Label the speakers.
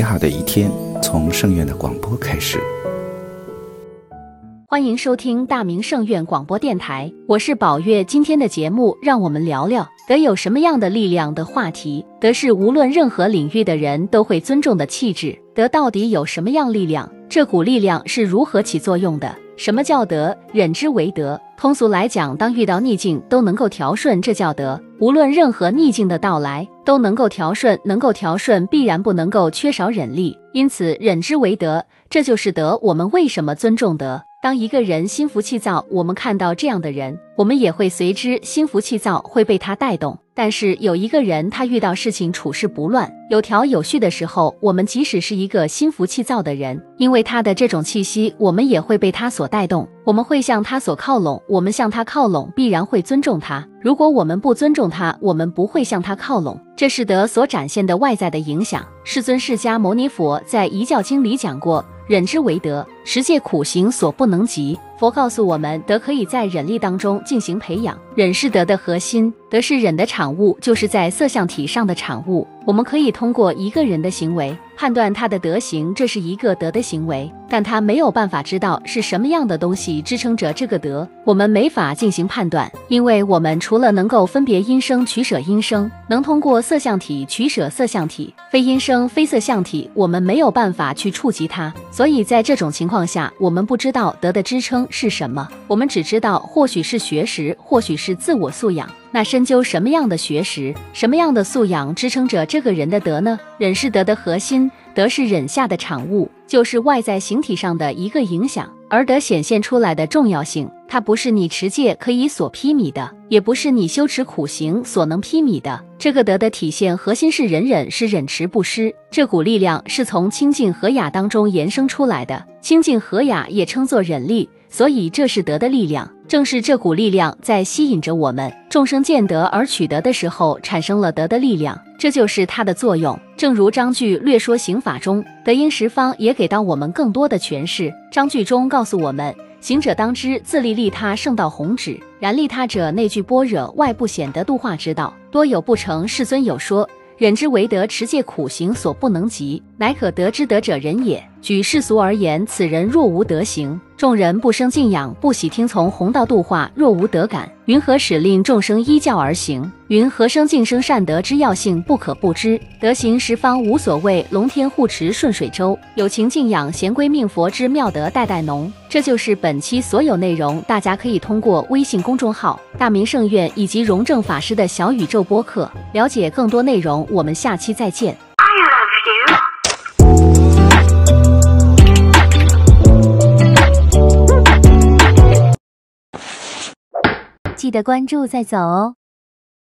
Speaker 1: 好的一天从圣院的广播开始。
Speaker 2: 欢迎收听大明圣院广播电台，我是宝月。今天的节目让我们聊聊德有什么样的力量的话题。德是无论任何领域的人都会尊重的气质。德到底有什么样力量？这股力量是如何起作用的？什么叫德？忍之为德。通俗来讲，当遇到逆境都能够调顺，这叫德。无论任何逆境的到来都能够调顺，能够调顺必然不能够缺少忍力，因此忍之为德，这就是德。我们为什么尊重德？当一个人心浮气躁，我们看到这样的人，我们也会随之心浮气躁，会被他带动。但是有一个人，他遇到事情处事不乱，有条有序的时候，我们即使是一个心浮气躁的人，因为他的这种气息，我们也会被他所带动，我们会向他所靠拢，我们向他靠拢，必然会尊重他。如果我们不尊重他，我们不会向他靠拢。这是德所展现的外在的影响。世尊释迦牟尼佛在《遗教经》里讲过，忍之为德，十界苦行所不能及。佛告诉我们，德可以在忍力当中进行培养。忍是德的核心，德是忍的产物，就是在色相体上的产物。我们可以通过一个人的行为判断他的德行，这是一个德的行为，但他没有办法知道是什么样的东西支撑着这个德，我们没法进行判断，因为我们除了能够分别音声取舍音声，能通过色相体取舍色相体，非音声非色相体我们没有办法去触及它。所以在这种情况下，我们不知道德的支撑是什么，我们只知道或许是学识，或许是自我素养。那深究什么样的学识，什么样的素养支撑着这个人的德呢？忍是德的核心，德是忍下的产物，就是外在形体上的一个影响。而德显现出来的重要性，它不是你持戒可以所披靡的，也不是你修持苦行所能披靡的。这个德的体现核心是忍，是忍持不失。这股力量是从清净和雅当中延伸出来的，清净和雅也称作忍力，所以这是德的力量。正是这股力量在吸引着我们，众生见德而取德的时候，产生了德的力量，这就是它的作用。正如章句略说刑法中，德因十方也给到我们更多的诠释。章句中告诉我们，行者当知自利利他圣道弘旨，然利他者内具般若，外不显得度化之道，多有不成。世尊有说，忍之为德，持戒苦行所不能及，乃可得之德者人也。举世俗而言，此人若无德行，众人不生敬仰，不喜听从弘道度化，若无德感，云何使令众生依教而行？云何生净生善德之要性不可不知？德行十方无所谓，龙天护持顺水舟，有情敬仰贤归命佛之妙德代代浓。这就是本期所有内容，大家可以通过微信公众号大明圣院以及荣正法师的小宇宙播客了解更多内容。我们下期再见。记得关注再走哦。